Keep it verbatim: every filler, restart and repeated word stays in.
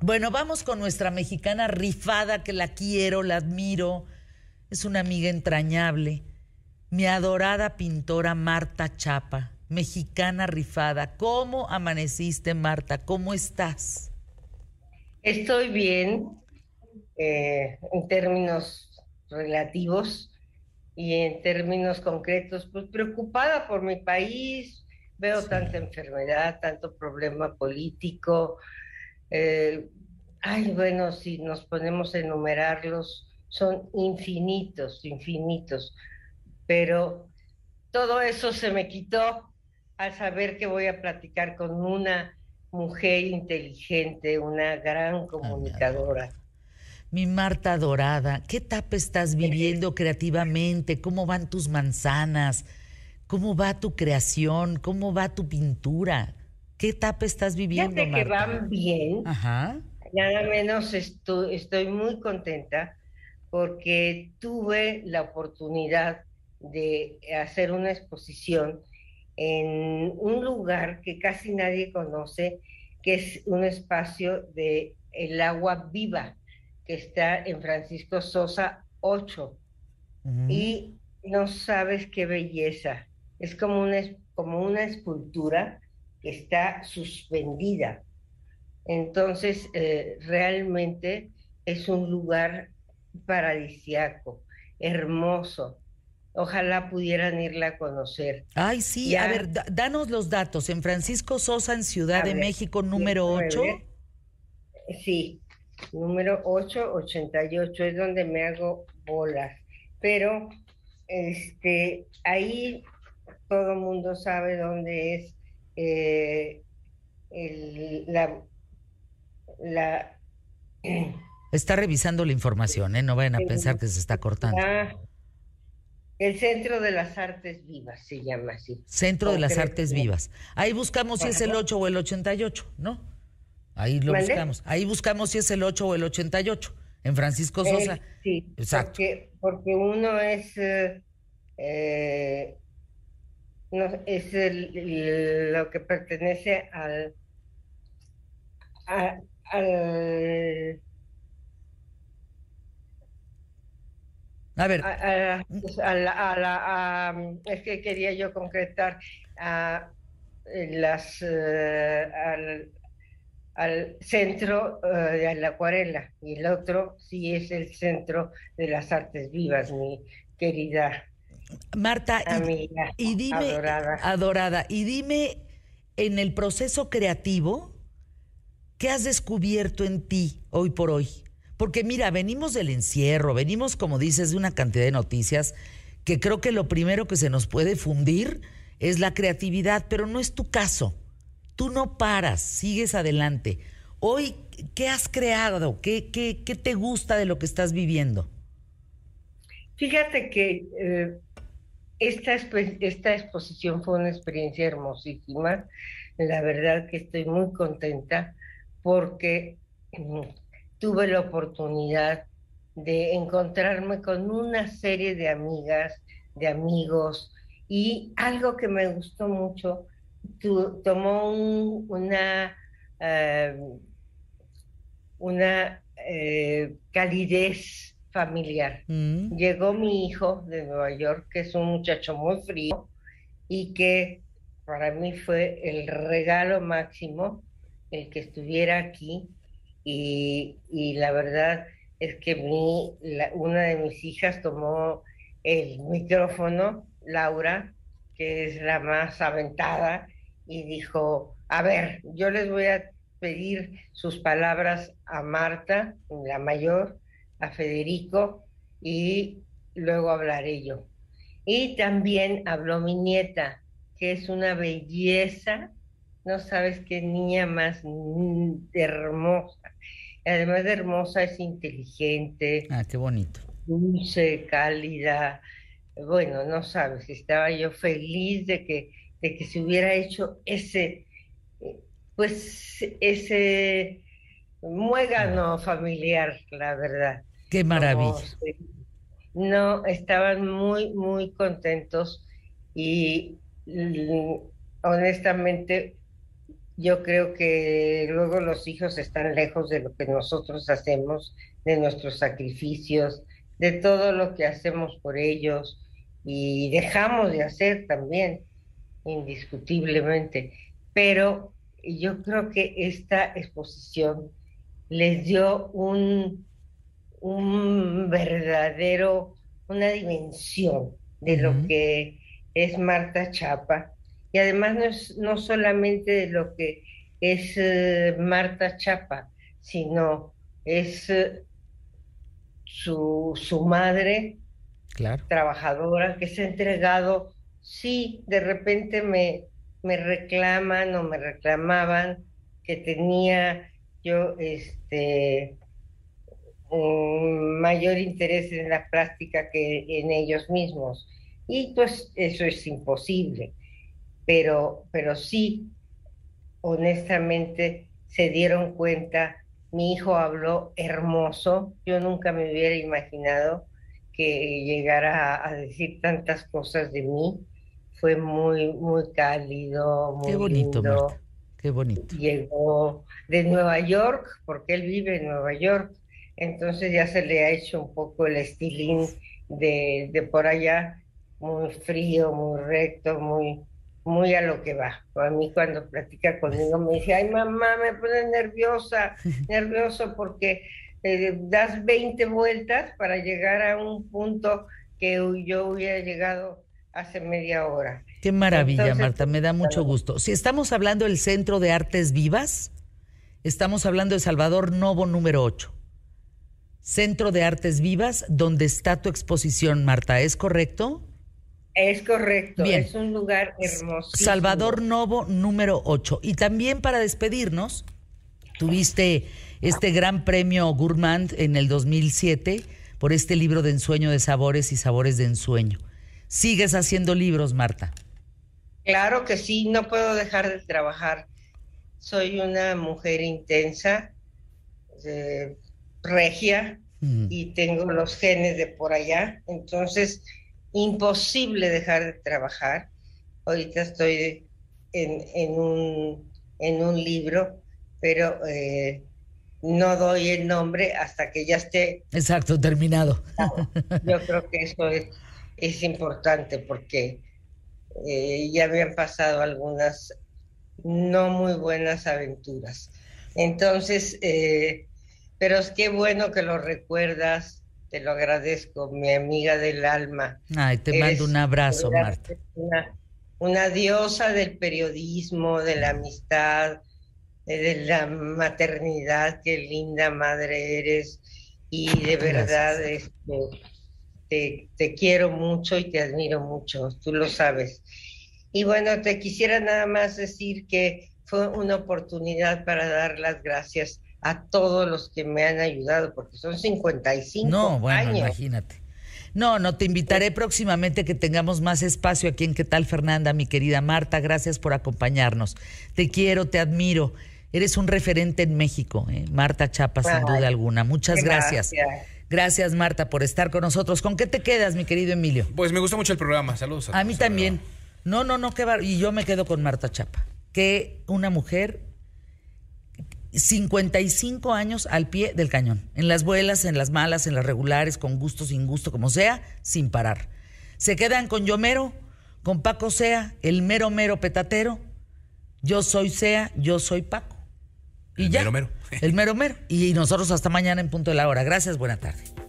Bueno, vamos con nuestra mexicana rifada, que la quiero, la admiro. Es una amiga entrañable. Mi adorada pintora Marta Chapa, mexicana rifada. ¿Cómo amaneciste, Marta? ¿Cómo estás? Estoy bien eh, en términos relativos y en términos concretos, pues preocupada por mi país. Veo tanta Sí. enfermedad, tanto problema político. eh, Ay, bueno, si nos ponemos a enumerarlos, son infinitos, infinitos. Pero todo eso se me quitó al saber que voy a platicar con una mujer inteligente, una gran Ah, mi adora. comunicadora. Mi Marta dorada, ¿qué etapa estás viviendo creativamente? ¿Cómo van tus manzanas? ¿Cómo va tu creación? ¿Cómo va tu pintura? ¿Qué etapa estás viviendo, Fíjate que Marta? van bien, Ajá. nada menos estoy, estoy muy contenta porque tuve la oportunidad de hacer una exposición en un lugar que casi nadie conoce, que es un espacio de el agua viva, que está en Francisco Sosa ocho. Mm, Y no sabes qué belleza. Es como una, es- como una escultura que está suspendida. Entonces, eh, realmente es un lugar paradisiaco, hermoso. Ojalá pudieran irla a conocer. Ay, sí, a Ya, ver, da- danos los datos. En Francisco Sosa, en Ciudad a de ver, México, número déjame ocho. ver. Sí, número ocho ochenta y ocho es donde me hago bolas. Pero este, ahí todo el mundo sabe dónde es eh, el, la, la, Está revisando la información, ¿eh? No vayan a pensar el- que se está cortando. la- el Centro de las Artes Vivas, se llama así, Centro de las Artes concretamente. Vivas. Ahí buscamos si es el Ajá. ocho o el ochenta y ocho, ¿no? Ahí lo ¿Mande? buscamos. Ahí buscamos si es el ocho o el ochenta y ocho. En Francisco Sosa. Eh, sí, Exacto. porque, porque uno es, eh, eh, no, es el- el- lo que pertenece al, a- al A ver, a, a- pues, a la, a la- a- es que quería yo concretar a eh, las eh, al, al centro eh, de la acuarela, y el otro sí es el centro de las artes vivas, mi querida Marta, y, amiga y dime, adorada. adorada, y dime, en el proceso creativo, ¿qué has descubierto en ti hoy por hoy? Porque mira, venimos del encierro, venimos, como dices, de una cantidad de noticias que creo que lo primero que se nos puede fundir es la creatividad, pero no es tu caso. Tú no paras, sigues adelante. Hoy, ¿qué has creado? ¿Qué, qué, qué te gusta de lo que estás viviendo? Fíjate que eh, esta, espe- esta exposición fue una experiencia hermosísima. La verdad que estoy muy contenta porque mm, tuve la oportunidad de encontrarme con una serie de amigas, de amigos, y algo que me gustó mucho, tu- tomó un- una, eh, una eh, calidez familiar. Mm. Llegó mi hijo de Nueva York, que es un muchacho muy frío y que para mí fue el regalo máximo el que estuviera aquí. Y, y la verdad es que mi, la- una de mis hijas tomó el micrófono, Laura, que es la más aventada, y dijo, a ver, yo les voy a pedir sus palabras a Marta, la mayor, a Federico, y luego hablaré yo. Y también habló mi nieta, que es una belleza, no sabes qué niña más mm, hermosa. Además de hermosa, es inteligente, Ah, qué bonito. dulce, cálida. Bueno, no sabes, estaba yo feliz de que, de que se hubiera hecho ese, eh, pues, ese muégano familiar, la verdad. Qué Como maravilla. se no, estaban muy, muy contentos y mm, honestamente yo creo que luego los hijos están lejos de lo que nosotros hacemos, de nuestros sacrificios, de todo lo que hacemos por ellos y dejamos de hacer también, indiscutiblemente. Pero yo creo que esta exposición les dio un, un verdadero, una dimensión de lo Ujú. que es Marta Chapa. Y además no es no solamente de lo que es eh, Marta Chapa, sino es eh, su, su madre Claro. trabajadora que se ha entregado. Sí, de repente me, me reclaman o me reclamaban que tenía yo este un mayor interés en la práctica que en ellos mismos. Y pues eso es imposible, pero, pero sí, honestamente, se dieron cuenta. Mi hijo habló hermoso. Yo nunca me hubiera imaginado que llegara a, a decir tantas cosas de mí. Fue muy, muy cálido, Qué muy bonito, lindo. Marta. Qué bonito. Llegó de Nueva York, porque él vive en Nueva York, entonces ya se le ha hecho un poco el estilín de, de por allá, muy frío, muy recto, muy, muy a lo que va. A mí cuando platica conmigo me dice, ay mamá, me pone nerviosa, nervioso porque eh, das veinte vueltas para llegar a un punto que yo hubiera llegado hace media hora. Qué maravilla, Entonces, Marta, me da mucho gusto. Si estamos hablando del Centro de Artes Vivas, estamos hablando de Salvador Novo número ocho. Centro de Artes Vivas, donde está tu exposición, Marta, ¿es correcto? es correcto, Bien. es un lugar S- Salvador hermosísimo. Novo número ocho. Y también para despedirnos, tuviste este gran premio Gourmand en el dos mil siete por este libro de Ensueño de Sabores y Sabores de Ensueño. ¿Sigues haciendo libros, Marta? Claro que sí, no puedo dejar de trabajar. Soy una mujer intensa, eh, regia, Mm. y tengo los genes de por allá, entonces imposible dejar de trabajar. Ahorita estoy en, en un, en un libro, pero eh, no doy el nombre hasta que ya esté. Exacto, terminado. Yo creo que eso es, es importante porque eh, ya habían pasado algunas no muy buenas aventuras. Entonces, eh, pero es que bueno que lo recuerdas, te lo agradezco, mi amiga del alma. Ay, te mando un Eres abrazo, Marta. una, una diosa del periodismo, de la amistad, eh, de la maternidad, qué linda madre eres. Y de verdad, Gracias. este, te, te quiero mucho y te admiro mucho, tú lo sabes. Y bueno, te quisiera nada más decir que fue una oportunidad para dar las gracias a todos los que me han ayudado, porque son cincuenta y No, cinco bueno, años. imagínate. No, no, te invitaré próximamente que tengamos más espacio aquí en ¿Qué tal, Fernanda? Mi querida Marta, gracias por acompañarnos. Te quiero, te admiro. Eres un referente en México, ¿eh? Marta Chapa, sin Ay, duda alguna. Muchas gracias. gracias. Gracias, Marta, por estar con nosotros. ¿Con qué te quedas, mi querido Emilio? Pues me gusta mucho el programa. Saludos a A todos. mí de verdad. también. No, no, no, qué bar... Y yo me quedo con Marta Chapa. Que una mujer, cincuenta y cinco años al pie del cañón. En las buenas, en las malas, en las regulares, con gusto, sin gusto, como sea, sin parar. Se quedan con Yomero, con Paco Sea, el mero mero petatero. Yo soy Sea, yo soy Paco. Y El ya. mero mero. El mero mero. Y nosotros hasta mañana en punto de la hora. Gracias, buena tarde.